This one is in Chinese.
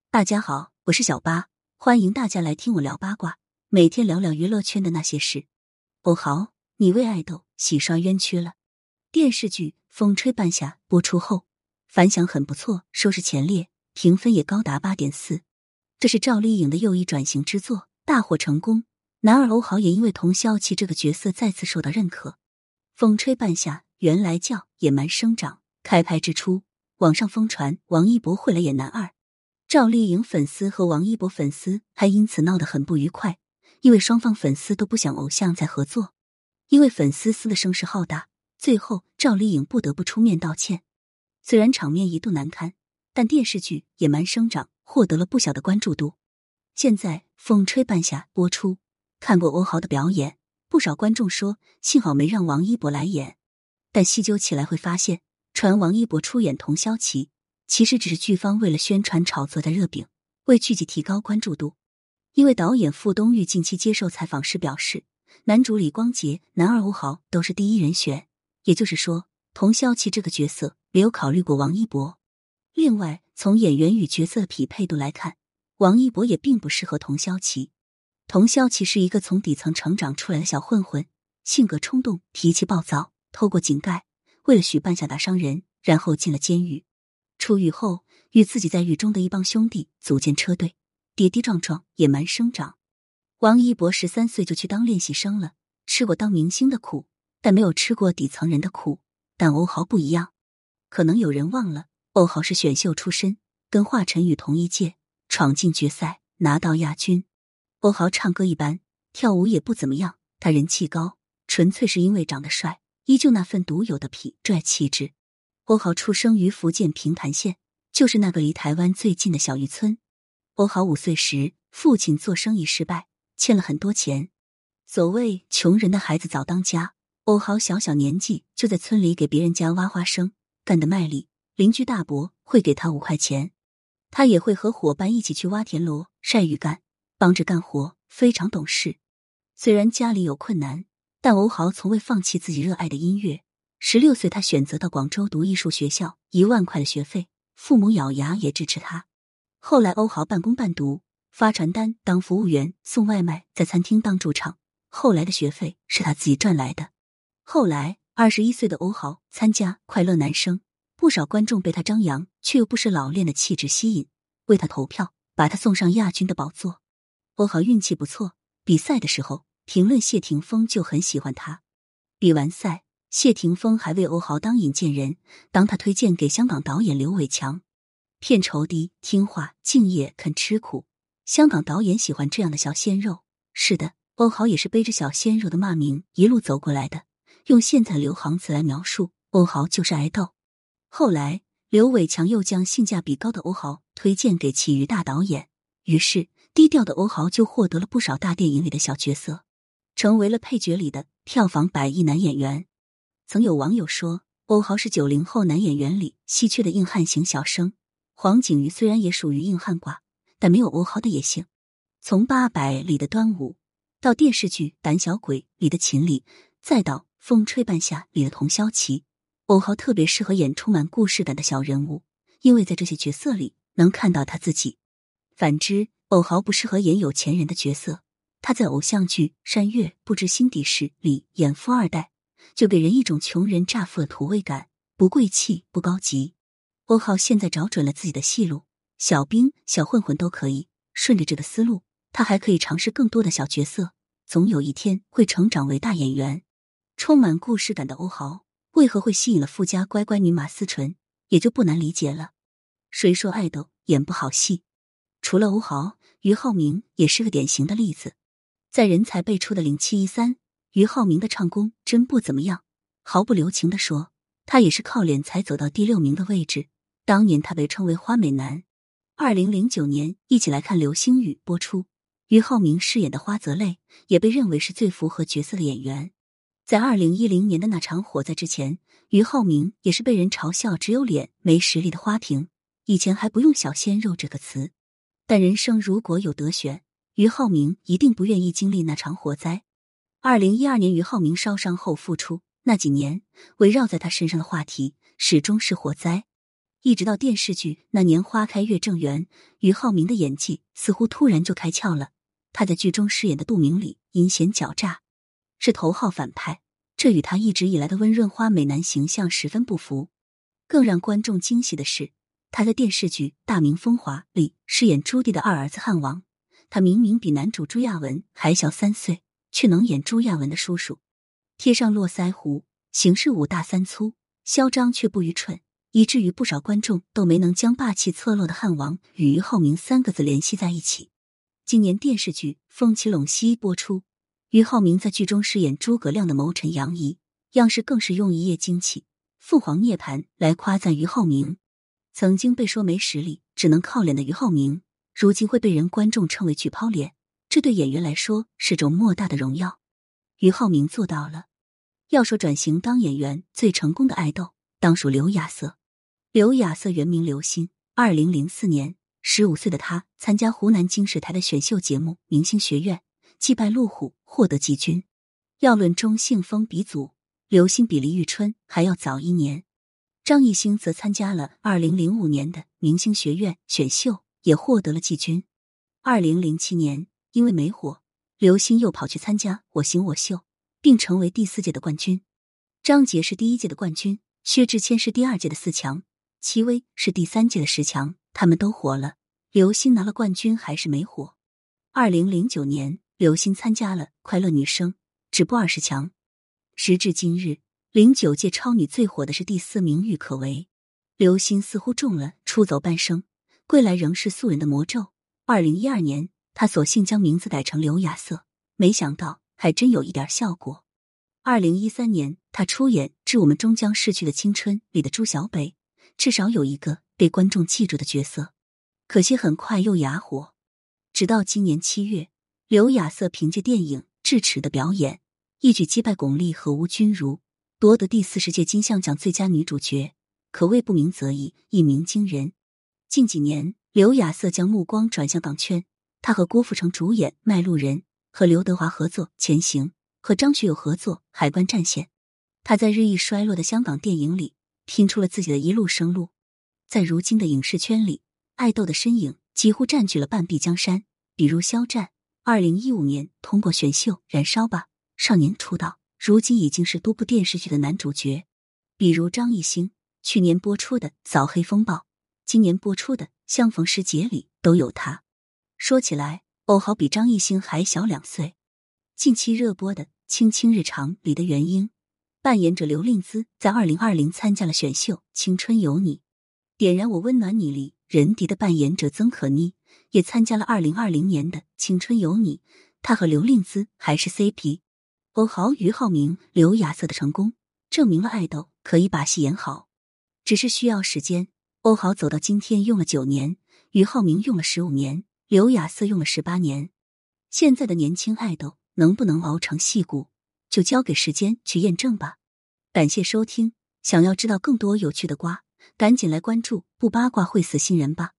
大家好，我是小八，欢迎大家来听我聊八卦，每天聊聊娱乐圈的那些事。哦好，你为爱豆洗刷冤屈了。电视剧《风吹半夏》播出后，反响很不错，收视前列，评分也高达 8.4。这是赵丽颖的又一转型之作，大获成功。男二欧豪也因为童潇齐这个角色再次受到认可。《风吹半夏》原来叫《野蛮生长》，开拍之初，网上疯传王一博会来演男二。赵丽颖粉丝和王一博粉丝还因此闹得很不愉快，因为双方粉丝都不想偶像再合作。因为粉丝撕的声势浩大，最后赵丽颖不得不出面道歉。虽然场面一度难堪，但电视剧《野蛮生长》获得了不小的关注度。现在《风吹半夏》播出，看过欧豪的表演，不少观众说幸好没让王一博来演。但细究起来会发现，传王一博出演童潇齐其实只是剧方为了宣传炒作的热饼，为剧集提高关注度。因为导演傅东玉近期接受采访时表示，男主李光洁、男二欧豪都是第一人选，也就是说，童潇齐这个角色没有考虑过王一博。另外，从演员与角色的匹配度来看，王一博也并不适合童潇齐。童潇齐是一个从底层成长出来的小混混，性格冲动，脾气暴躁，偷过井盖，为了许半夏打伤人，然后进了监狱。出狱后，与自己在狱中的一帮兄弟组建车队，跌跌撞撞，野蛮生长。王一博13岁就去当练习生了，吃过当明星的苦，但没有吃过底层人的苦。但欧豪不一样，可能有人忘了，欧豪是选秀出身，跟华晨宇同一届，闯进决赛，拿到亚军。欧豪唱歌一般，跳舞也不怎么样，他人气高，纯粹是因为长得帅，依旧那份独有的痞拽气质。欧豪出生于福建平潭县，就是那个离台湾最近的小渔村。欧豪5岁时，父亲做生意失败，欠了很多钱。所谓穷人的孩子早当家，欧豪小小年纪就在村里给别人家挖花生，干得卖力，邻居大伯会给他5块钱，他也会和伙伴一起去挖田螺、晒鱼干，帮着干活，非常懂事。虽然家里有困难，但欧豪从未放弃自己热爱的音乐。16岁，他选择到广州读艺术学校，1万块的学费，父母咬牙也支持他。后来欧豪半工半读，发传单、当服务员、送外卖，在餐厅当驻唱。后来的学费是他自己赚来的。后来21岁的欧豪参加《快乐男声》，不少观众被他张扬却又不失老练的气质吸引，为他投票，把他送上亚军的宝座。欧豪运气不错，比赛的时候，评论谢霆锋就很喜欢他。比完赛，谢霆锋还为欧豪当引荐人，当他推荐给香港导演刘伟强。片酬低，听话，敬业，肯吃苦。香港导演喜欢这样的小鲜肉。是的，欧豪也是背着小鲜肉的骂名一路走过来的。用现在的流行词来描述，欧豪就是爱豆。后来，刘伟强又将性价比高的欧豪推荐给其余大导演，于是低调的欧豪就获得了不少大电影里的小角色，成为了配角里的票房100亿男演员。曾有网友说，欧豪是90后男演员里稀缺的硬汉型小生。黄景瑜虽然也属于硬汉挂，但没有欧豪的野性。从800里的端午，到电视剧《胆小鬼》里的秦理，再到《风吹半夏》里的童潇齐，欧豪特别适合演充满故事感的小人物，因为在这些角色里能看到他自己。反之，欧豪不适合演有钱人的角色，他在偶像剧《山月不知心底事》里演富二代，就给人一种穷人乍富的土味感，不贵气不高级。欧豪现在找准了自己的戏路，小兵、小混混都可以，顺着这个思路，他还可以尝试更多的小角色，总有一天会成长为大演员。充满故事感的欧豪为何会吸引了富家乖乖女马思纯，也就不难理解了。谁说爱豆演不好戏？除了欧豪，俞灏明也是个典型的例子。在人才辈出的0713，俞灏明的唱功真不怎么样，毫不留情地说，他也是靠脸才走到第6名的位置。当年他被称为花美男。2009年，一起来看流星雨播出，俞灏明饰演的花泽类也被认为是最符合角色的演员。在2010年的那场火灾之前，俞灏明也是被人嘲笑只有脸没实力的花瓶，以前还不用小鲜肉这个词。但人生如果有得选，俞灏明一定不愿意经历那场火灾。2012年俞灏明烧伤后复出，那几年围绕在他身上的话题始终是火灾。 一直到电视剧那年花开月正圆，俞灏明的演技似乎突然就开窍了。他在剧中饰演的杜明礼阴险狡诈，是头号反派，这与他一直以来的温润花美男形象十分不符。更让观众惊喜的是，他在电视剧《大明风华》里饰演朱棣的二儿子汉王。他明明比男主朱亚文还小3岁，却能演朱亚文的叔叔。贴上络腮胡，行事5大3粗，嚣张却不愚蠢，以至于不少观众都没能将霸气侧漏的汉王与俞灏明3个字联系在一起。今年电视剧《风起陇西》播出，俞灏明在剧中饰演诸葛亮的谋臣杨仪，央视更是用一夜惊起，凤凰涅槃来夸赞俞灏明。曾经被说没实力，只能靠脸的俞灏明，如今会被观众称为巨抛脸，这对演员来说是种莫大的荣耀。俞灏明做到了。要说转型当演员最成功的爱豆，当属刘亚瑟。刘亚瑟原名刘鑫，2004年15岁的他参加湖南经视台的选秀节目《明星学院》，击败陆虎获得季军。要论中性风鼻祖，刘鑫比李宇春还要早1年。张艺兴则参加了2005年的明星学院选秀，也获得了季军。2007年因为没火，刘鑫又跑去参加我行我秀，并成为第4届的冠军。张杰是第1届的冠军，薛之谦是第2届的4强，戚薇是第3届的10强，他们都火了。刘鑫拿了冠军还是没火。2009年，刘鑫参加了快乐女声，止步20强。时至今日，09届超女最火的是第4名郁可唯。刘鑫似乎中了出走半生，归来仍是素人的魔咒。2012年，他索性将名字改成刘亚瑟，没想到还真有一点效果。2013年，他出演《致我们终将逝去的青春》里的朱小北，至少有一个被观众记住的角色。可惜很快又哑火。直到今年7月，刘亚瑟凭借电影《智齿》的表演，一举击败巩俐和吴君如，夺得第40届金像奖最佳女主角，可谓不鸣则已，一鸣惊人。近几年，刘亚瑟将目光转向港圈，他和郭富城主演《卖路人》，和刘德华合作《前行》，和张学友合作《海关战线》。他在日益衰落的香港电影里拼出了自己的一路生路。在如今的影视圈里，爱豆的身影几乎占据了半壁江山，比如肖战，2015年通过选秀《燃烧吧少年》出道，如今已经是多部电视剧的男主角。比如张艺兴，去年播出的《扫黑风暴》，今年播出的《相逢时节》里都有他。说起来，欧豪比张艺兴还小2岁。近期热播的《卿卿日常》里的元英，扮演者刘令姿在2020参加了选秀《青春有你》。点燃我温暖你里任迪的扮演者曾可妮也参加了2020年的《青春有你》，他和刘令姿还是 CP。欧豪、俞灏明、刘亚瑟的成功，证明了爱豆可以把戏演好，只是需要时间。欧豪走到今天用了9年，俞灏明用了15年，刘亚瑟用了18年。现在的年轻爱豆能不能熬成戏骨，就交给时间去验证吧。感谢收听，想要知道更多有趣的瓜，赶紧来关注，不八卦会死新人吧。